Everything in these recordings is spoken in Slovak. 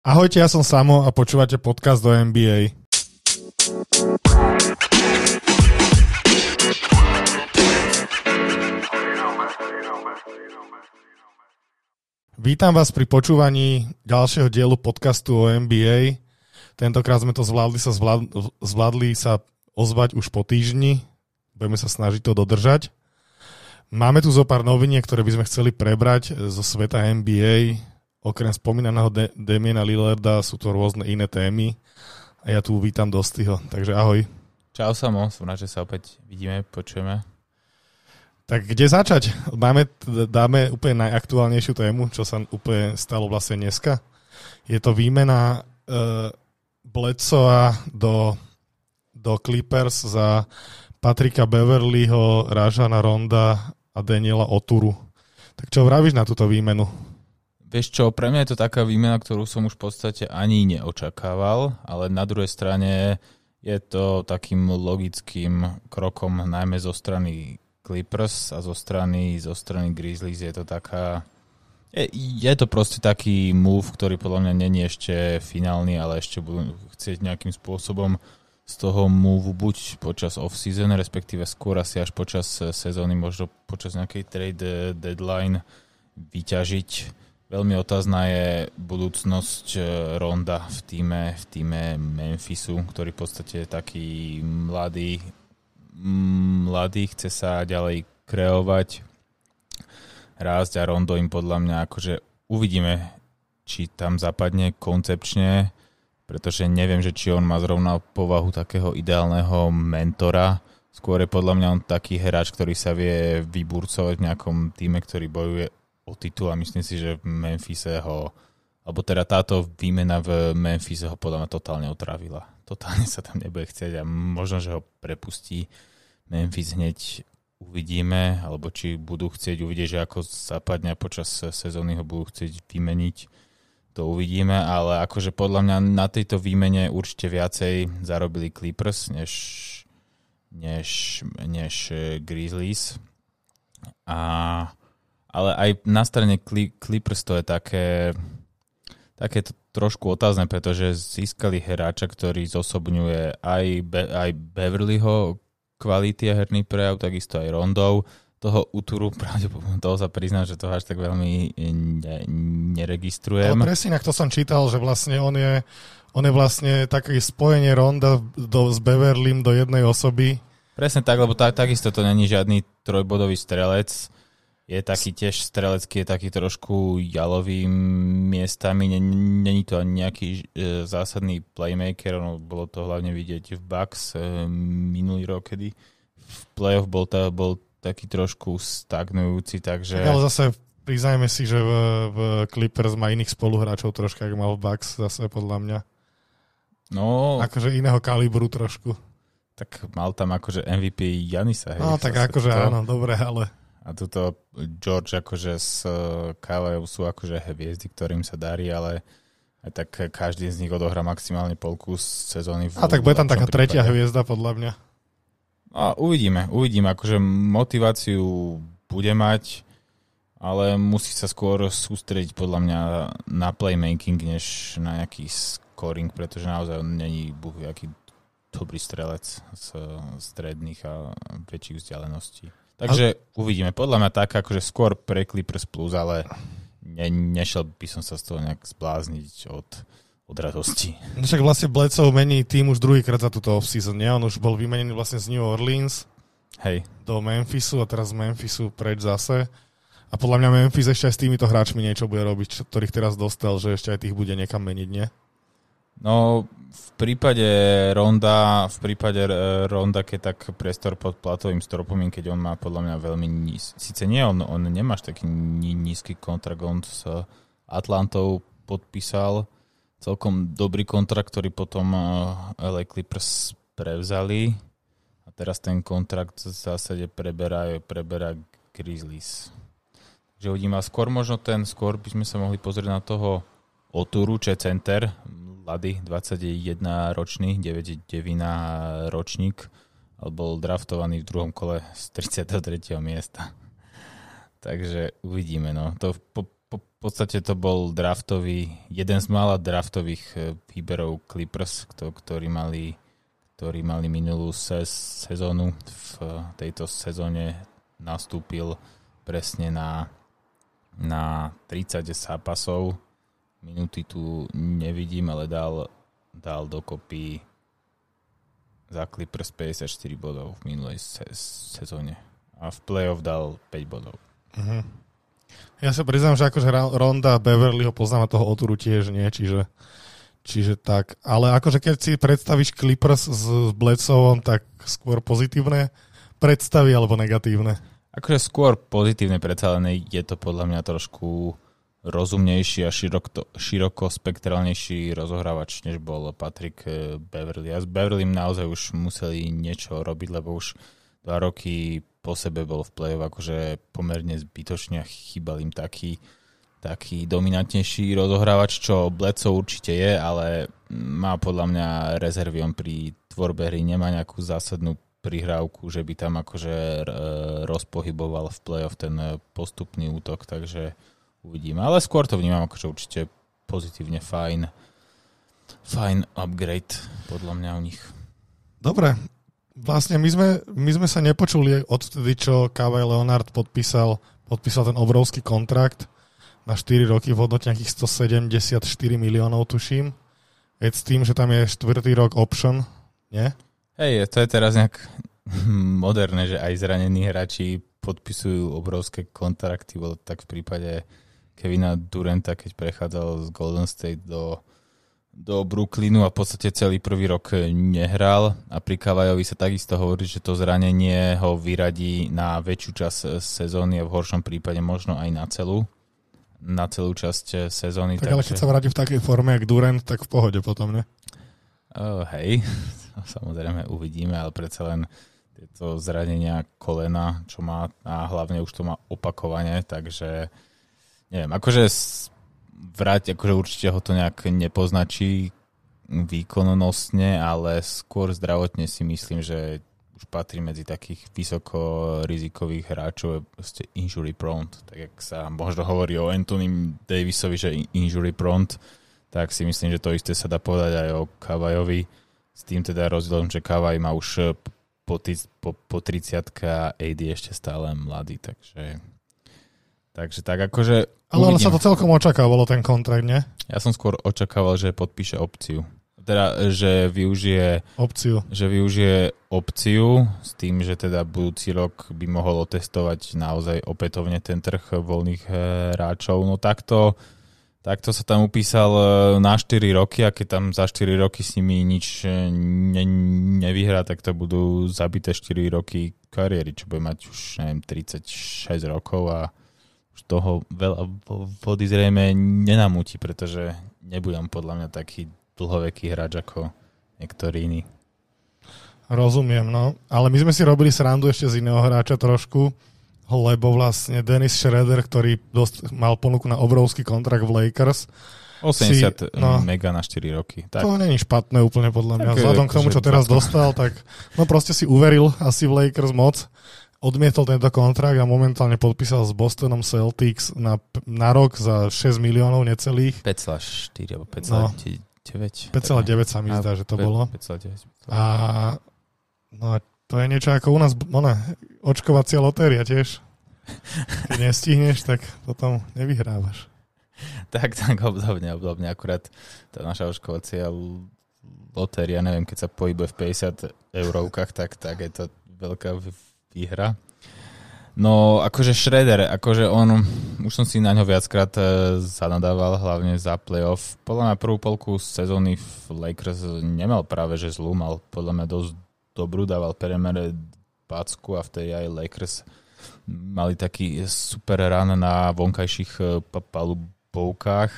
Ahojte, ja som Samo a počúvate podcast do NBA. Vítam vás pri počúvaní ďalšieho dielu podcastu o NBA. Tentokrát sme to zvládli sa ozvať už po týždni. Budeme sa snažiť to dodržať. Máme tu zo pár noviniek, ktoré by sme chceli prebrať zo sveta NBA. Okrem spomínaného Damiana Lillarda sú to rôzne iné témy. A ja tu vítam Dostyho. Takže ahoj. Čau Samo, som rád, že sa opäť vidíme, počujeme. Tak kde začať? Dáme úplne najaktuálnejšiu tému, čo sa úplne stalo vlastne dneska. Je to výmena Bledsoea do Clippers za Patricka Beverlyho, Rajana Ronda a Daniela Oturu. Tak čo vravíš na túto výmenu? Vieš čo, pre mňa je to taká výmena, ktorú som už v podstate ani neočakával, ale na druhej strane je to takým logickým krokom najmä zo strany Clippers a zo strany Grizzlies. Je to taká... Je to proste taký move, ktorý podľa mňa není ešte finálny, ale ešte budú chcieť nejakým spôsobom z toho move buď počas off-season, respektíve skôr asi až počas sezóny, možno počas nejakej trade deadline vyťažiť. Veľmi otázna je budúcnosť Ronda v týme Memphisu, ktorý v podstate je taký mladý, chce sa ďalej kreovať, rásť a Rondo im podľa mňa akože uvidíme, či tam zapadne koncepčne, pretože neviem, že či on má zrovna povahu takého ideálneho mentora. Skôr je podľa mňa on taký hráč, ktorý sa vie vyburcovať v nejakom týme, ktorý bojuje o titul a myslím si, že v Memphise alebo teda táto výmena v Memphise ho podľa mňa totálne otravila. Totálne sa tam nebude chcieť a možno, že ho prepustí Memphis hneď uvidíme, alebo či budú chcieť uvidieť, že ako zapadne počas sezóny ho budú chcieť vymeniť. To uvidíme, ale akože podľa mňa na tejto výmene určite viacej zarobili Clippers než Grizzlies. Ale aj na strane Clippers to je také trošku otázne, pretože získali hráča, ktorý zosobňuje aj Beverlyho kvality a herný prejav, takisto aj Rondov. Toho Uturu, pravdepodobne toho sa priznám, že to až tak veľmi neregistrujem. Ale presne, to som čítal, že vlastne on je vlastne také spojenie Ronda s Beverlym do jednej osoby. Presne tak, lebo takisto to není žiadny trojbodový strelec. Je taký tiež strelecký, je taký trošku jalový miestami. Není to ani nejaký zásadný playmaker, bolo to hlavne vidieť v Bucks minulý rok, kedy v playoff bol taký trošku stagnujúci, takže... Ale zase priznajme si, že v Clippers má iných spoluhráčov troška, ako mal v Bucks zase podľa mňa. No... Akože iného kalibru trošku. Tak mal tam akože MVP Janisa. No tak akože áno, dobre, ale... A tuto George akože s Kawhiom sú akože hviezdy, ktorým sa darí, ale aj tak každý z nich odohrá maximálne polku sezóny. A tak bude tam taká tretia hviezda podľa mňa. A uvidíme, akože motiváciu bude mať, ale musí sa skôr sústrediť podľa mňa na playmaking, než na nejaký scoring, pretože naozaj on není aký dobrý strelec z stredných a väčších vzdialeností. Takže uvidíme. Podľa mňa tak, akože skôr pre Clippers plus, ale nešiel by som sa z toho nejak zblázniť od radosti. No však vlastne Bledsoe mení tým už druhýkrát za túto off-season, nie? On už bol vymenený vlastne z New Orleans do Memphisu a teraz z Memphisu preč zase. A podľa mňa Memphis ešte aj s týmito hráčmi niečo bude robiť, ktorých teraz dostal, že ešte aj tých bude niekam meniť, nie? No, v prípade Ronda, keď tak priestor pod platovým stropom, keď on má podľa mňa veľmi nízky. Sice nie, on nemáš taký nízky kontrakt, on s Atlantou podpísal celkom dobrý kontrakt, ktorý potom LA Clippers prevzali a teraz ten kontrakt v zásade preberá Grizzlies. Takže uvidím, a skôr by sme sa mohli pozrieť na toho Oturu, čo je center, mladý, 21-ročný, 9 ročník, ale bol draftovaný v druhom kole z 33. miesta. Takže uvidíme. No. To v podstate to bol jeden z mála draftových výberov Clippers, ktorí mali minulú sezónu. V tejto sezóne nastúpil presne na 30 zápasov. Minúty tu nevidím, ale dal dokopy za Clippers 54 bodov v minulej sezóne. A v playoff dal 5 bodov. Uh-huh. Ja sa priznám, že akože Ronda Beverly ho poznáme toho Oturu tiež nie, čiže tak. Ale akože keď si predstavíš Clippers s Bledsoeom, tak skôr pozitívne predstavy alebo negatívne? Akože skôr pozitívne predsa, len je to podľa mňa trošku rozumnejší a širokospektrálnejší rozohrávač, než bol Patrick Beverly. A s Beverlym naozaj už museli niečo robiť, lebo už 2 roky po sebe bol v play-off akože pomerne zbytočne a chýbal im taký dominantnejší rozohrávač, čo Bledsoe určite je, ale má podľa mňa rezervy. On pri tvorbe hry nemá nejakú zásadnú prihrávku, že by tam akože rozpohyboval v play-off ten postupný útok, takže uvidíme. Ale skôr to vnímam akože určite pozitívne fajn upgrade podľa mňa u nich. Dobre. Vlastne my sme sa nepočuli odtedy, čo Kawhi Leonard podpísal ten obrovský kontrakt na 4 roky v hodnote nejakých 174 miliónov, tuším. Veď s tým, že tam je 4. rok option, nie? Hej, to je teraz nejak moderné, že aj zranení hráči podpisujú obrovské kontrakty, bolo tak v prípade Kevina Duranta, keď prechádzal z Golden State do Brooklynu a v podstate celý prvý rok nehral a pri Kawhiovi sa takisto hovorí, že to zranenie ho vyradí na väčšiu časť sezóny a v horšom prípade možno aj na celú časť sezóny. Tak ale keď sa vráti v takej forme jak Durant, tak v pohode potom, ne? Hej, samozrejme uvidíme, ale predsa len tieto zranenia kolena, čo má a hlavne už to má opakovane, takže neviem, akože akože určite ho to nejak nepoznačí výkonnostne, ale skôr zdravotne si myslím, že už patrí medzi takých vysoko rizikových hráčov, proste injury prone. Tak jak sa možno hovorí o Anthony Davisovi, že injury prone, tak si myslím, že to isté sa dá povedať aj o Kawhiovi. S tým teda rozdielom, že Kawhi má už po 30-ke a AD ešte stále mladý, takže tak akože ale sa to celkom očakávalo, ten kontrakt, nie? Ja som skôr očakával, že podpíše opciu. Teda, že využije opciu s tým, že teda budúci rok by mohol otestovať naozaj opätovne ten trh voľných hráčov. No takto sa tam upísal na 4 roky a keď tam za 4 roky s nimi nič nevyhrá, tak to budú zabité 4 roky kariéry, čo bude mať už neviem, 36 rokov a už toho veľa vody zrejme nenamúti, pretože nebudem podľa mňa taký dlhoveký hráč ako niektorí iní. Rozumiem, no. Ale my sme si robili srandu ešte z iného hráča trošku, lebo vlastne Dennis Schroeder, ktorý mal ponuku na obrovský kontrakt v Lakers. 80 mega na 4 roky. Tak. To není špatné úplne podľa mňa. Vzhľadom k tomu, čo teraz dostal, tak no proste si uveril asi v Lakers moc. Odmietol tento kontrakt a momentálne podpísal s Bostonom Celtics na rok za 6 miliónov necelých. 5,4 alebo 5,9. 5,9 sa mi zdá, že to bolo. 5,9. A to je niečo ako u nás očkovacia lotéria tiež. Keď nestihneš, tak potom nevyhrávaš. Tak obdobne. Akurát tá naša očkovacia lotéria, neviem, keď sa pohybuje v 50 eurovkách, tak je to veľká výhra. No, akože Schroeder, akože on, už som si na ňo viackrát zanadával, hlavne za playoff. Podľa mňa prvú polku sezóny v Lakers nemal práve že zlú, mal podľa mňa dosť dobrú, dával perimeter packu a vtedy aj Lakers mali taký super run na vonkajších palubovkách.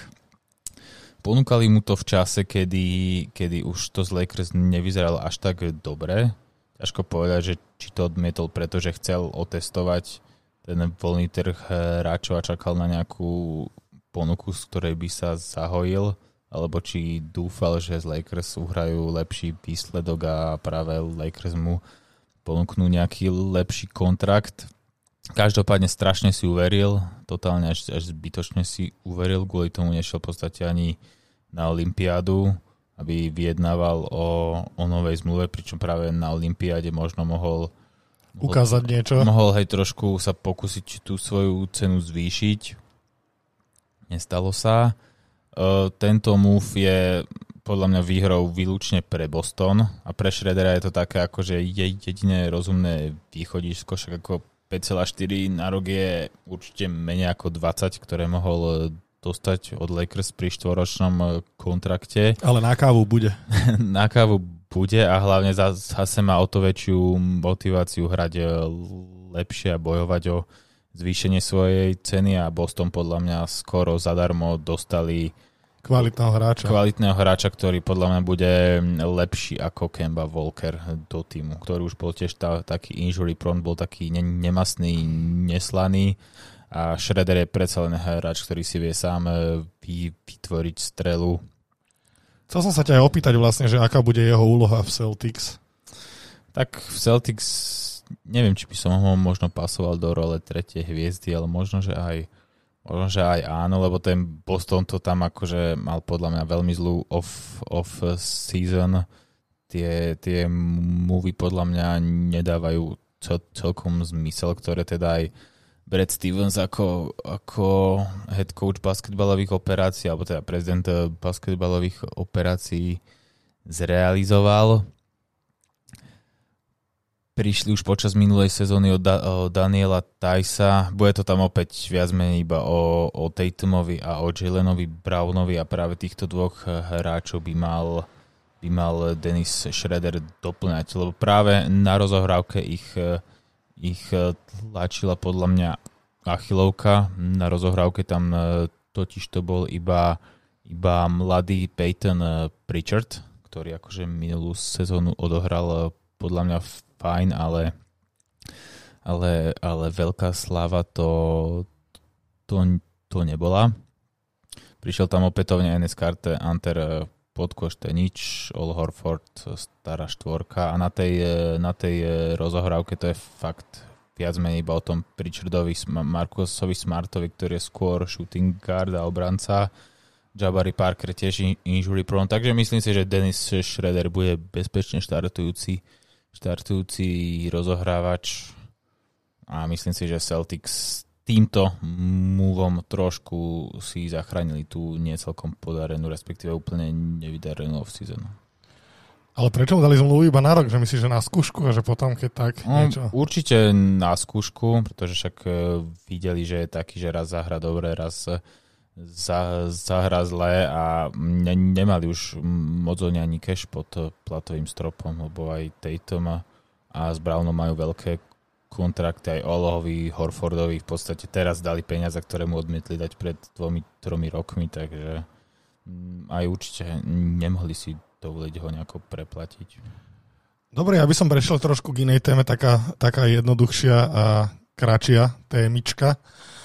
Ponúkali mu to v čase, kedy už to z Lakers nevyzeralo až tak dobre. Ťažko povedať, že či to odmietol, pretože chcel otestovať ten voľný trh hráčov a čakal na nejakú ponuku, z ktorej by sa zahojil, alebo či dúfal, že z Lakers uhrajú lepší výsledok a práve Lakers mu ponúknú nejaký lepší kontrakt. Každopádne strašne si uveril, totálne až zbytočne si uveril, kvôli tomu nešiel v podstate ani na olympiádu, aby vyjednával o novej zmluve, pričom práve na olympiáde možno mohol ukázať niečo. Mohol trošku sa pokúsiť tú svoju cenu zvýšiť. Nestalo sa. Tento move je podľa mňa výhrou výlučne pre Boston a pre Schrödera je to také akože jediné rozumné východisko, však ako 5,4 na rok je určite menej ako 20, ktoré mohol dostať od Lakers pri 4-ročnom kontrakte. Ale na kávu bude. Na kávu bude a hlavne zase má o to väčšiu motiváciu hrať lepšie a bojovať o zvýšenie svojej ceny a Boston podľa mňa skoro zadarmo dostali kvalitného hráča, ktorý podľa mňa bude lepší ako Kemba Walker do týmu, ktorý už bol tiež taký injury prone, bol taký nemastný, neslaný a Schröder je predsa len hráč, ktorý si vie sám vytvoriť strelu. Chcel som sa ťa aj opýtať vlastne, že aká bude jeho úloha v Celtics? Tak v Celtics neviem, či by som ho možno pasoval do role tretej hviezdy, ale možno, že aj áno, lebo ten Boston to tam akože mal podľa mňa veľmi zlú off-season. Tie movie podľa mňa nedávajú celkom zmysel, ktoré teda aj Brad Stevens ako head coach basketbalových operácií, alebo teda prezident basketbalových operácií zrealizoval. Prišli už počas minulej sezóny od Daniela Ticea. Bude to tam opäť viac menej iba o Tatumovi a o Jalenovi Brownovi a práve týchto dvoch hráčov by mal Dennis Schröder doplňať, lebo práve na rozohrávke ich tlačila podľa mňa Achilovka. Na rozohrávke tam totiž to bol iba mladý Peyton Pritchard, ktorý akože minulú sezónu odohral podľa mňa fajn, ale veľká sláva to nebola. Prišiel tam opätovne Enes Carter, Hunter, Podkoš, Tenič, Al Horford, stará štvorka a na tej rozohrávke to je fakt viac menej iba o tom Pritchardovi, Marcusovi Smartovi, ktorý je skôr shooting guard a obranca. Jabari Parker tiež injury prone, takže myslím si, že Dennis Schröder bude bezpečne štartujúci rozohrávač a myslím si, že Celtics týmto moveom trošku si zachránili tú niecelkom podarenú, respektíve úplne nevydarenú off-season. Ale prečo mu dali zmluvu iba na rok? Že myslíš, že na skúšku a že potom keď tak niečo? Určite na skúšku, pretože však videli, že je taký, že raz zahra dobre, raz zahra zle a nemali už moc ani cash pod platovým stropom, lebo aj Tatum a s Brownom majú veľké kontrakty, aj Olohovi, Horfordovi v podstate teraz dali peniaze, ktoré mu odmietli dať pred 2-3 rokmi, takže aj určite nemohli si dovoliť ho nejako preplatiť. Dobre, ja by som prešiel trošku k inej téme, taká jednoduchšia a kratšia témička.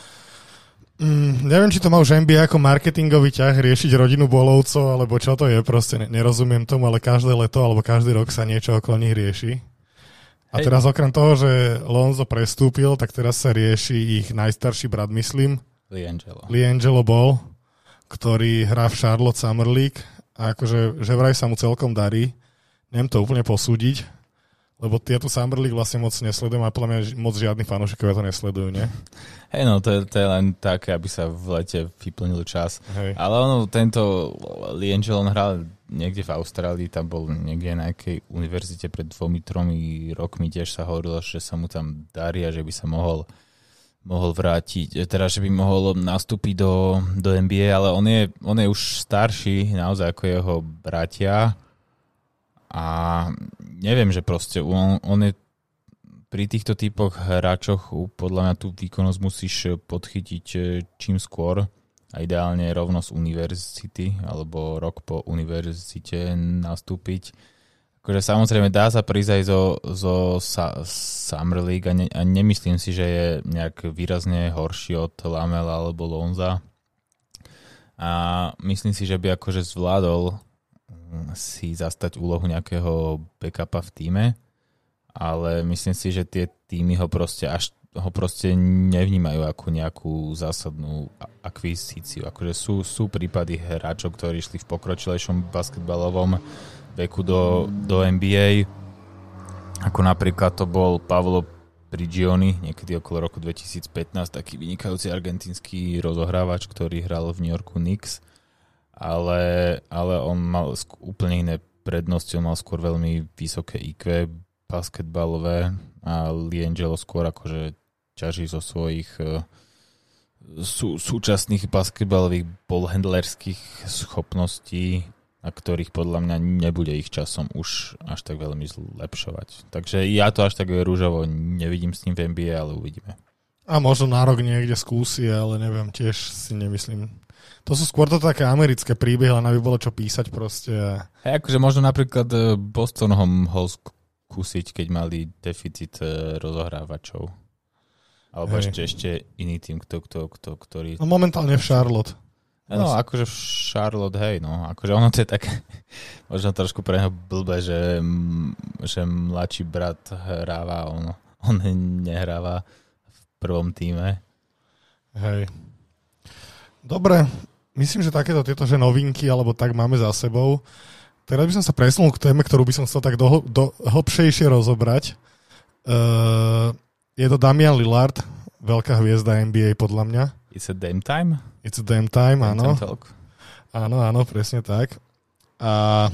Neviem, či to má už NBA ako marketingový ťah riešiť rodinu bolovcov, alebo čo to je, proste nerozumiem tomu, ale každé leto alebo každý rok sa niečo okolo nich rieši. A teraz okrem toho, že Lonzo prestúpil, tak teraz sa rieši ich najstarší brat, myslím. LiAngelo Ball, ktorý hrá v Charlotte Summer League a akože že vraj sa mu celkom darí. Neviem to úplne posúdiť, lebo tieto Summer League vlastne moc nesledujem a podľa mňa moc žiadni fanúšikovia to nesledujú, nie? Hej, no to je len také, aby sa v lete vyplnil čas. Hej. Ale tento LiAngelo hral niekde v Austrálii, tam bol niekde na nejakej univerzite pred 2-3 rokmi, tiež sa hovorilo, že sa mu tam darí a že by sa mohol vrátiť, teda že by mohol nastúpiť do NBA, ale on je už starší naozaj ako jeho bratia. A neviem, že proste on je pri týchto typoch hráčoch podľa mňa tú výkonnosť musíš podchytiť čím skôr a ideálne rovno z univerzity alebo rok po univerzite nastúpiť. Akože samozrejme dá sa prísť aj zo Summer League a nemyslím si, že je nejak výrazne horší od Lamela alebo Lonza. A myslím si, že by akože zvládol si zastať úlohu nejakého backupa v tíme, ale myslím si, že tie týmy ho proste až ho proste nevnímajú ako nejakú zásadnú akvizíciu. Akože sú prípady hráčov, ktorí išli v pokročilejšom basketbalovom veku do NBA, ako napríklad to bol Pavlo Prigioni, niekedy okolo roku 2015, taký vynikajúci argentínsky rozohrávač, ktorý hral v New Yorku Knicks, ale on mal úplne iné prednosti, on mal skôr veľmi vysoké IQ basketbalové a LiAngelo skôr akože ťaží zo svojich súčasných basketbalových ballhandlerských schopností, na ktorých podľa mňa nebude ich časom už až tak veľmi zlepšovať. Takže ja to až tak rúžovo nevidím s ním v NBA, ale uvidíme. A možno na rok niekde skúsi, ale neviem, tiež si nemyslím. To sú skôr to také americké príbehy, len aby bolo čo písať proste. Hej, akože možno napríklad Boston ho mohol skúsiť, keď mali deficit rozohrávačov. Alebo ešte iný tým, ktorý... No momentálne v Charlotte. No, akože v Charlotte, hej, no. Akože ono to je tak možno trošku pre neho blbé, že mladší brat hráva, on nehráva v prvom tíme. Hej. Dobre, myslím, že takéto tieto že novinky, alebo tak máme za sebou. Teraz by som sa presunul k téme, ktorú by som chcel tak do hlbšejšie rozobrať. Je to Damian Lillard, veľká hviezda NBA podľa mňa. It's a damn time? It's a damn time, áno. Áno, presne tak. A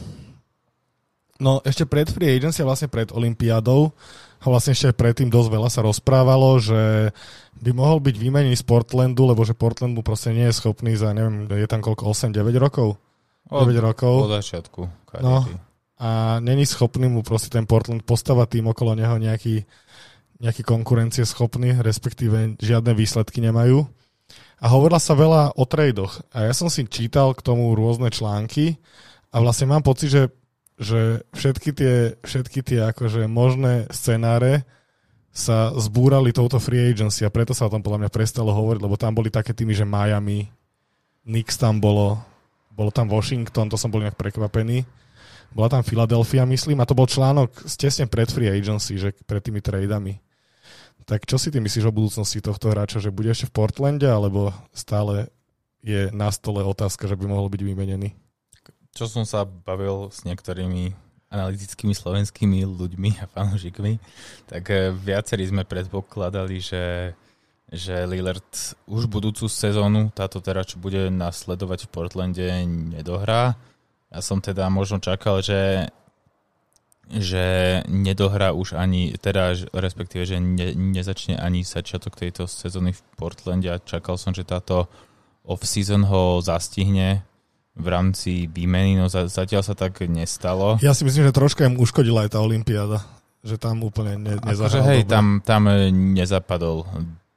no ešte pred free agency a vlastne pred olympiádou a vlastne ešte predtým dosť veľa sa rozprávalo, že by mohol byť vymenený z Portlandu, lebo že Portland mu proste nie je schopný za, neviem, je tam koľko, 8-9 rokov? 9 rokov. Od začiatku kariéry. No, a není schopný mu proste ten Portland postavať tým okolo neho nejaký konkurencieschopný, respektíve žiadne výsledky nemajú. A hovorila sa veľa o tradoch. A ja som si čítal k tomu rôzne články a vlastne mám pocit, že všetky tie akože možné scenáre sa zbúrali touto free agency a preto sa o tom podľa mňa prestalo hovoriť, lebo tam boli také týmy, že Miami, Knicks tam bolo tam Washington, to som bol nejak prekvapený. Bola tam Philadelphia, myslím, a to bol článok tesne pred free agency, že pred tými tradami. Tak čo si ty myslíš o budúcnosti tohto hráča, že bude ešte v Portlande, alebo stále je na stole otázka, že by mohol byť vymenený? Čo som sa bavil s niektorými analytickými slovenskými ľuďmi a fanúšikmi, tak viacerí sme predpokladali, že Lillard už budúcu sezónu, táto teda, čo bude nasledovať v Portlande, nedohrá. Ja som teda možno čakal, že nedohrá už ani, teda respektíve, že nezačne ani začiatok tejto sezóny v Portlande a čakal som, že táto off-season ho zastihne v rámci výmeny, no zatiaľ sa tak nestalo. Ja si myslím, že troška im uškodila aj tá olympiáda, že tam úplne nezahral. Akože hej, tam nezapadol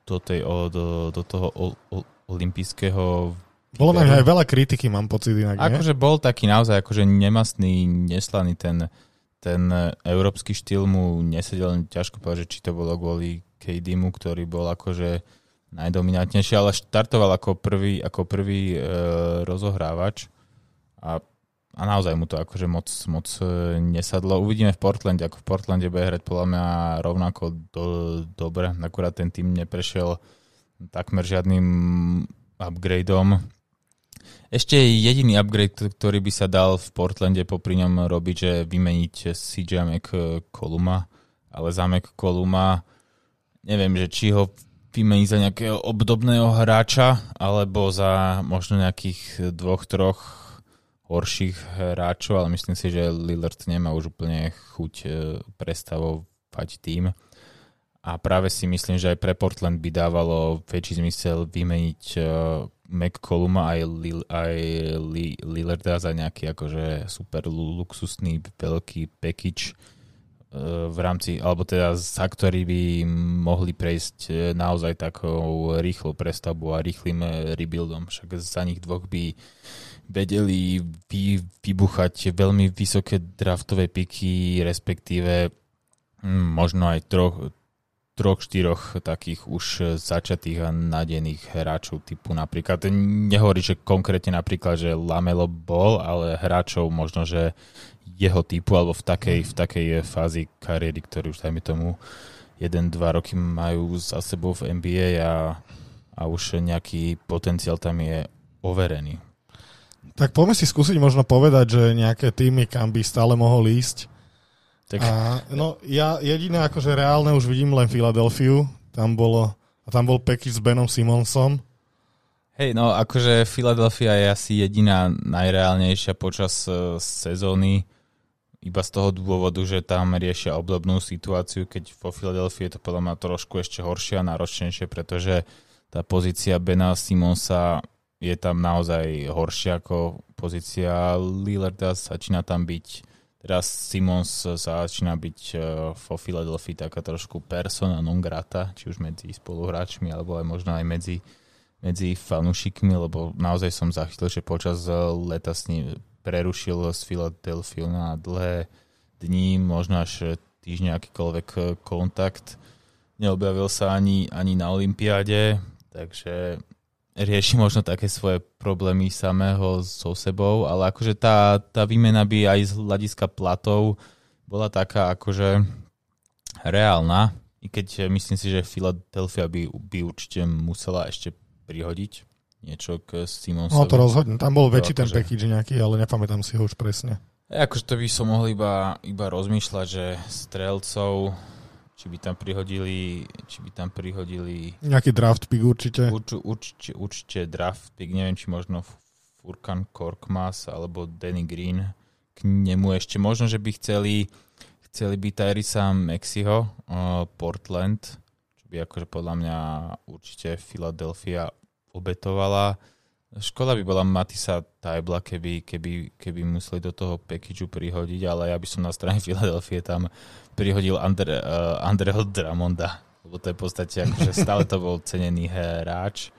do toho olympijského. Bolo na aj veľa kritiky, mám pocit inak, nie? Akože bol taký naozaj akože nemastný, neslaný ten európsky štýl mu nesedel, ťažko povedať, že či to bolo kvôli KD-mu, ktorý bol akože najdominantnejší, ale štartoval ako prvý rozohrávač a naozaj mu to akože moc nesadlo. Uvidíme v Portlande, ako v Portlande bude hrať podľa mňa rovnako dobre, akurát ten tým neprešiel takmer žiadnym upgradeom. Ešte jediný upgrade, ktorý by sa dal v Portlande popri ňom robiť, že vymeniť CJ McColluma, ale za McColluma neviem, že či ho vymeniť za nejakého obdobného hráča, alebo za možno nejakých 2-3 horších hráčov, ale myslím si, že Lillard nemá už úplne chuť prestavovať tým. A práve si myslím, že aj pre Portland by dávalo väčší zmysel vymeniť McColluma aj Lillarda za nejaký akože super luxusný veľký package v rámci, alebo teda za ktorý by mohli prejsť naozaj takou rýchlou prestavbou a rýchlym rebuildom. Však za nich dvoch by vedeli vybuchať veľmi vysoké draftové piky, respektíve možno aj troch, štyroch takých už začatých a nádených hráčov typu napríklad, nehovorí, že konkrétne napríklad, že Lamelo bol, ale hráčov možno, že jeho typu alebo v takej fázi kariéry, ktorý už dajme tomu 1-2 roky majú za sebou v NBA a už nejaký potenciál tam je overený. Tak poďme si skúsiť možno povedať, že nejaké týmy, kam by stále mohol ísť. Tak... Ja jediné akože reálne už vidím len Filadelfiu. Tam bol package s Benom Simonsom. Hej, no akože Philadelphia je asi jediná najreálnejšia počas sezóny, iba z toho dôvodu, že tam riešia obdobnú situáciu, keď vo Philadelphii je to podľa mňa trošku ešte horšie a náročnejšie, pretože tá pozícia Bena Simonsa je tam naozaj horšia ako pozícia Lillarda, začína tam byť, teraz Simons začína byť vo Philadelphii taká trošku persona non grata, či už medzi spoluhráčmi, alebo aj možno aj medzi fanúšikmi, lebo naozaj som zachytil, že počas leta s ním prerušil z Philadelphia na dlhé dní, možno až týždňa akýkoľvek kontakt. Neobjavil sa ani na olympiáde, takže rieši možno také svoje problémy samého so sebou, ale akože tá výmena by aj z hľadiska platov bola taká akože reálna, i keď myslím si, že Philadelphia by určite musela ešte prihodiť niečo k Simonsovi. No to rozhodne, tam bol väčší ten package nejaký, ale nepamätám si ho už presne. Akože to by som mohol iba rozmýšľať, že strelcov, či by tam prihodili nejaký draft pick určite. Určite draft pick, neviem, či možno Furkan Korkmaz alebo Danny Green k nemu ešte. Možno, že by chceli by Tyresa Maxiho, Portland, by akože podľa mňa určite Philadelphia obetovala. Škoda by bola Matisa Tybla, keby museli do toho packageu prihodiť, ale ja by som na strane Philadelphie tam prihodil Andreho Drummonda, lebo to je v podstate akože stále to bol cenený hráč,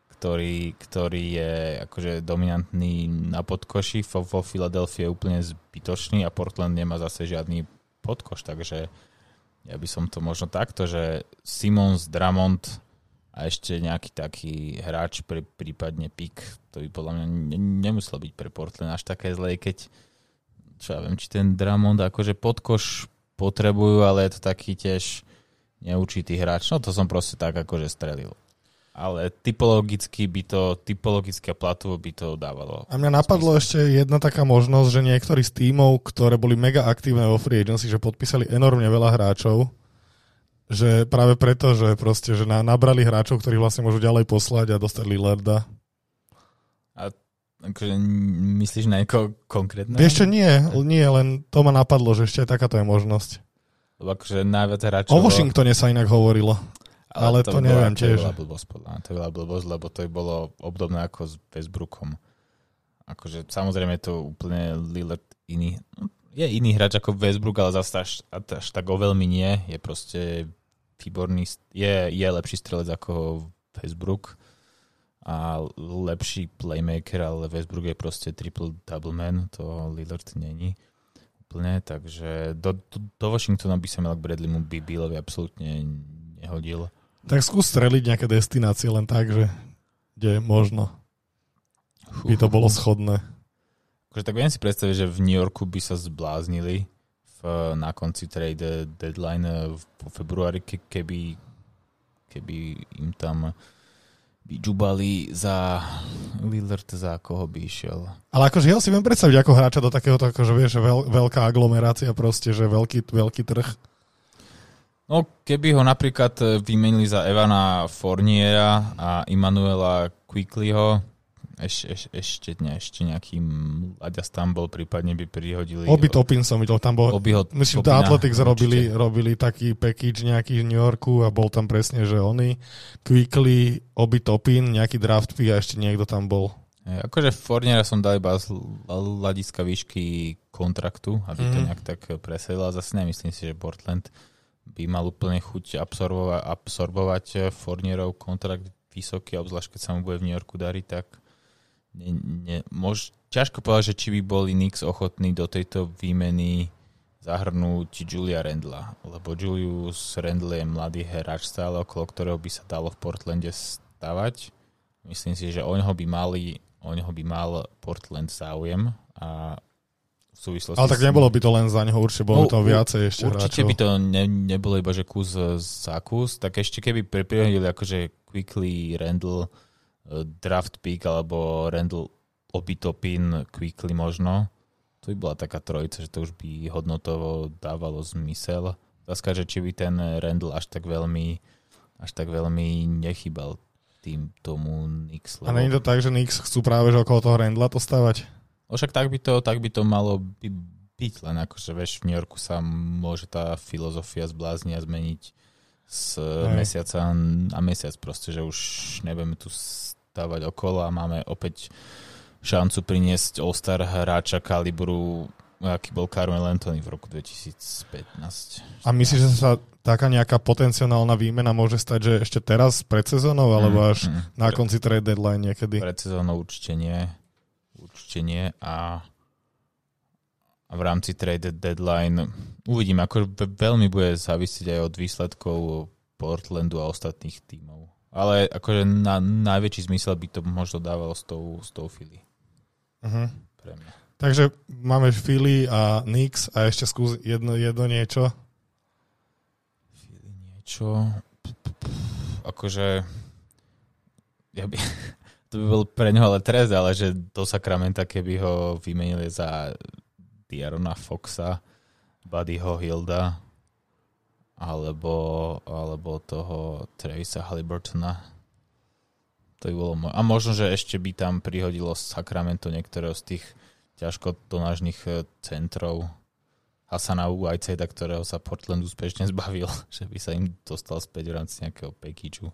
ktorý je akože dominantný na podkoši. Vo Philadelphie je úplne zbytočný a Portland nemá zase žiadny podkoš, takže ja by som to možno takto, že Simons, Drummond a ešte nejaký taký hráč, prípadne pick, to by podľa mňa nemuselo byť pre Portland až také zlé, keď čo ja viem, či ten Drummond akože podkoš potrebujú, ale je to taký tiež neurčitý hráč. No to som proste tak akože strelil. Ale typologicky a platovo by to dávalo. A mňa napadlo ešte jedna taká možnosť, že niektorí z tímov, ktoré boli mega aktívne vo free agency, že podpísali enormne veľa hráčov, že práve preto, že proste, že nabrali hráčov, ktorí vlastne môžu ďalej poslať a dostať Lillarda. A akože myslíš na niekoho konkrétne? Vieš čo, nie, len to ma napadlo, že ešte aj takáto je možnosť. Lebo akože najviac hráčov... O Washingtone sa inak hovorilo. Ale to neviem tiež. To bola blbosť, lebo to bolo obdobné ako s Westbrookom. Akože samozrejme je to úplne Lillard iný. Je iný hráč ako Westbrook, ale zase až tak o veľmi nie. Je proste výborný, je lepší strelec ako Westbrook a lepší playmaker, ale Westbrook je proste triple-double man, to Lillard není úplne, takže do Washingtona by sa mal k Bradleymu Bealovi absolútne nehodil. Tak skús streliť nejaké destinácie len tak, že kde možno by to bolo schodné. Akože tak viem si predstaviť, že v New Yorku by sa zbláznili na konci trade deadline v februári, keby im tam vyžubali za Lillard, za koho by išiel. Ale akože ja si viem predstaviť ako hráča do takéhoto, akože vieš, veľká aglomerácia proste, že veľký trh. No, keby ho napríklad vymenili za Evana Fourniera a Immanuela Quickleyho, ešte nejaký Aďas tam bol, prípadne by prihodili... Obi Toppin som videl, tam bol... Myslím, že Athletics robili taký package nejaký v New Yorku a bol tam presne, že oni, Quickley, Obi Toppin, nejaký draft pick a ešte niekto tam bol. Akože Fourniera som dal iba z hľadiska výšky kontraktu, aby to nejak tak presedil, a zase nemyslím si, že Portland by mal úplne chuť absorbovať Fournierov kontrakt vysoký, obzvlášť keď sa mu bude v New Yorku dariť, tak ťažko povedať, že či by boli Knicks ochotní do tejto výmeny zahrnúť Julia Randla, lebo Julius Randle je mladý hráč stále, okolo ktorého by sa dalo v Portlande stavať. Myslím si, že o ňoho by mal Portland záujem a súvislosti. Ale tak nebolo by to len za neho, určite bolo by to viacej ešte určite hráčov. by to nebolo iba, že kus za kus, tak ešte keby prihodili akože Quickly, Randle, draft pick, alebo Randle Obi-Toppin, Quickly možno, to by bola taká trojica, že to už by hodnotovo dávalo zmysel. Otázka, že či by ten Randle až tak veľmi nechýbal tomu Knicks. A nie je to tak, že Knicks chcú práve že okolo toho Randla to stavať? Však tak by to malo byť, len akože vieš, v New Yorku sa môže tá filozofia zblázniť a zmeniť z mesiaca na mesiac proste, že už nebudeme tu stavať okolo a máme opäť šancu priniesť All-Star hráča kalibru, aký bol Carmelo Anthony v roku 2015. A myslíš, že sa taká nejaká potenciálna výmena môže stať, že ešte teraz pred sezónou, alebo až na konci trade deadline niekedy? Pred sezónou určite nie a v rámci trade deadline uvidím, ako veľmi bude závisieť aj od výsledkov Portlandu a ostatných tímov. Ale akože na najväčší zmysel by to možno dávalo s tou Philly. Pre mňa. Takže máme Philly a Knicks a ešte skús jedno niečo. Philly niečo? Akože to by bol pre ňoho ale trest, ale že do Sacramenta, keby ho vymenili za De'Aarona Foxa, Buddyho Hilda alebo toho Travisa Haliburtona. To by bolo a možno, že ešte by tam prihodilo Sacramento niektorého z tých ťažkotonážnych centrov. Hasana Whitesida, ktorého sa Portland úspešne zbavil, že by sa im dostal späť v rámci nejakého packageu.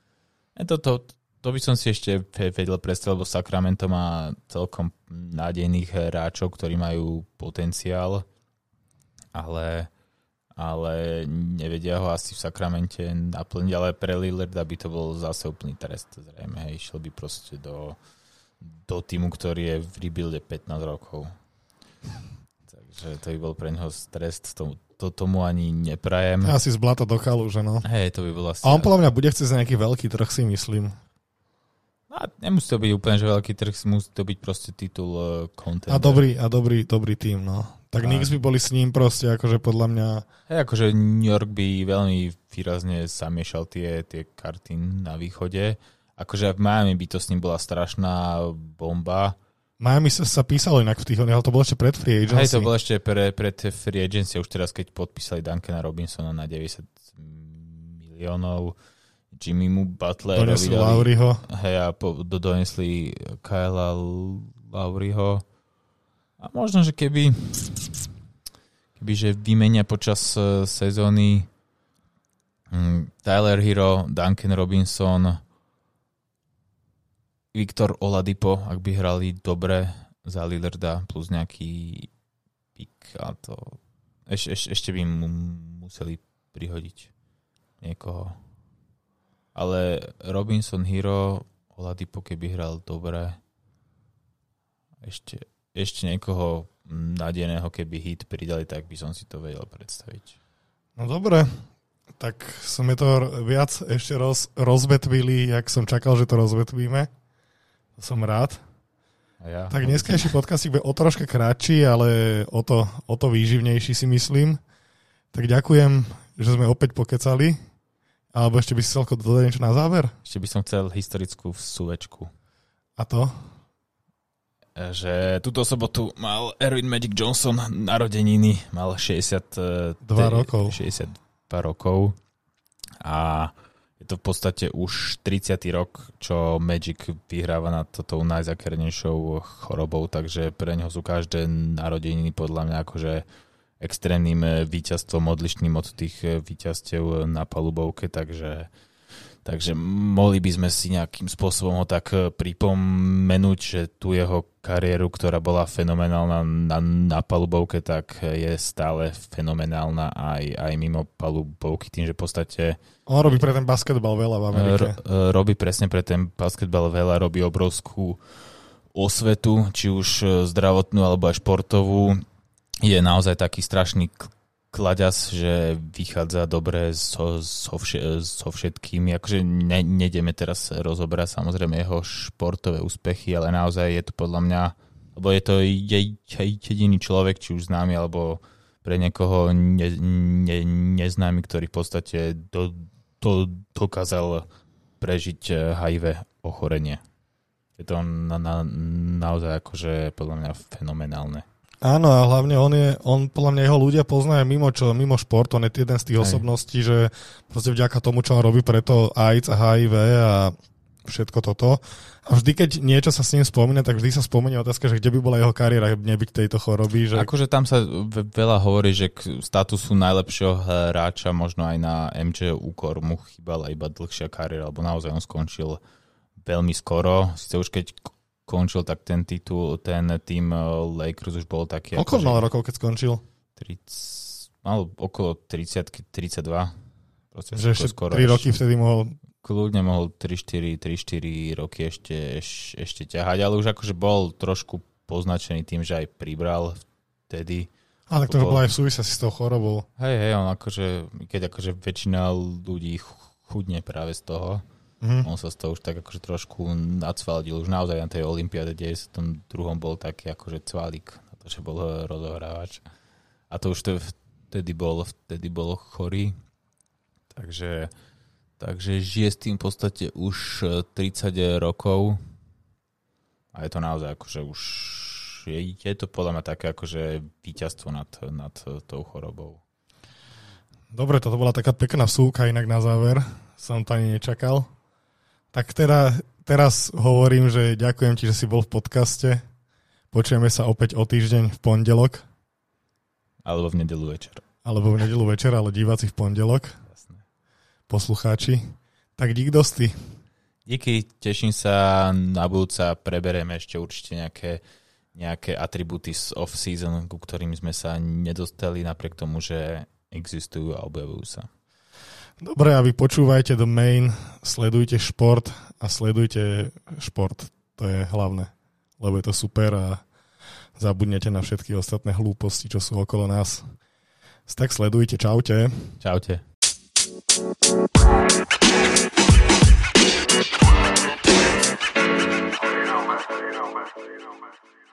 To by som si ešte vedel predstaviť, lebo Sacramento má celkom nádejných hráčov, ktorí majú potenciál, ale nevedia ho asi v Sacramente naplniť, ale pre Lillarda by to bol zase úplný trest, zrejme. Išiel by proste do týmu, ktorý je v rebuilde 15 rokov. Takže to by bol pre neho stres, tomu ani neprajem. Asi z blata do kaluže, no. Hej, to by bolo asi... A on podľa mňa bude chcieť za nejaký veľký trh, si myslím. No, nemusí to byť úplne, že veľký trh, musí to byť proste titul contender. A dobrý tým, no. Tak Knicks by boli s ním proste, akože podľa mňa... Hej, akože New York by veľmi výrazne zamiešal tie karty na východe. Akože v Miami by to s ním bola strašná bomba. Miami sa písalo inak v tých, ale to bolo ešte pred free agency. Hej, to bolo ešte pred free agency, už teraz keď podpísali Duncana Robinsona na 90 miliónov, Jimmymu Butlerovi donesli Lowryho. Hej, a donesli Kyla Lowryho. A možno, že kebyže vymenia počas sezóny Tyler Hero, Duncan Robinson, Victor Oladipo, ak by hrali dobre za Lillarda, plus nejaký pick, a to ešte by mu museli prihodiť niekoho. Ale Robinson, Hero, Oladipo, keby hral dobre, ešte niekoho nádejného, keby hit pridali, tak by som si to vedel predstaviť. No dobre, tak sme to viac ešte rozvetvili, jak som čakal, že to rozvetvíme. To som rád. A ja? Tak dneskajší podcastík bude o troška kratší, ale o to výživnejší, si myslím. Tak ďakujem, že sme opäť pokecali. Alebo ešte by si chcel dodať niečo na záver? Ešte by som chcel historickú vsúvečku. A to? Že túto sobotu mal Erwin Magic Johnson narodeniny, mal 62 rokov a je to v podstate už 30. rok, čo Magic vyhráva nad touto najzakernejšou chorobou, takže pre neho sú každé narodeniny podľa mňa akože extrémnym víťazstvom, odlišným od tých víťazstiev na palubovke, takže mohli by sme si nejakým spôsobom ho tak pripomenúť, že tú jeho kariéru, ktorá bola fenomenálna na palubovke, tak je stále fenomenálna aj mimo palubovky, tým, že v podstate... On robí pre ten basketbal veľa v Amerike. Robí presne pre ten basketbal veľa, robí obrovskú osvetu, či už zdravotnú alebo aj športovú. Je naozaj taký strašný klaďas, že vychádza dobre so všetkými. Akože nejdeme teraz rozobrať samozrejme jeho športové úspechy, ale naozaj je to podľa mňa lebo je to jediný človek, či už známy, alebo pre niekoho neznámy, ktorý v podstate dokázal prežiť HIV ochorenie. Je to naozaj akože podľa mňa fenomenálne. Áno, a hlavne on podľa mňa jeho ľudia poznajú mimo šport, on je jeden z tých osobností, že proste vďaka tomu, čo on robí preto AIDS a HIV a všetko toto. A vždy, keď niečo sa s ním spomína, tak vždy sa spomenie otázka, že kde by bola jeho kariéra, nebyť tejto choroby. Že... Akože tam sa veľa hovorí, že k statusu najlepšieho hráča, možno aj na MJ úkor mu chýbala iba dlhšia kariéra, lebo naozaj on skončil veľmi skoro. Sice už keď končil, tak ten tým Lakers už bol taký... Koľko mal rokov, keď skončil? Mal okolo 30, 32. Proste že ešte skoro 3 roky vtedy mohol... Kľudne mohol 3-4 roky ešte ťahať, ale už akože bol trošku poznačený tým, že aj pribral vtedy. Ale to bolo aj v súvislosti s tou chorobou. Hej, on akože, keď akože väčšina ľudí chudne práve z toho, on sa z toho už tak akože trošku nacvaldil. Už naozaj na tej olympiáde 92. bol taký akože cvalík na to, že bol rozohrávač. A to už vtedy bol chorý. Takže žije s tým v podstate už 30 rokov a je to naozaj akože už je to podľa mňa také akože víťazstvo nad tou chorobou. Dobre, toto bola taká pekná vsúka, inak na záver som to ani nečakal. Tak teraz hovorím, že ďakujem ti, že si bol v podcaste. Počujeme sa opäť o týždeň v pondelok. Alebo v nedeľu večer. Ale diváci v pondelok. Poslucháči. Tak dík dosti. Díky, teším sa, na budúca preberieme ešte určite nejaké atribúty z off-season, ku ktorým sme sa nedostali, napriek tomu, že existujú a objavujú sa. Dobre, a vy počúvajte The Main, sledujte šport a sledujte šport. To je hlavné, lebo je to super a zabudnete na všetky ostatné hlúposti, čo sú okolo nás. Tak sledujte, čaute. Čaute. You know, man.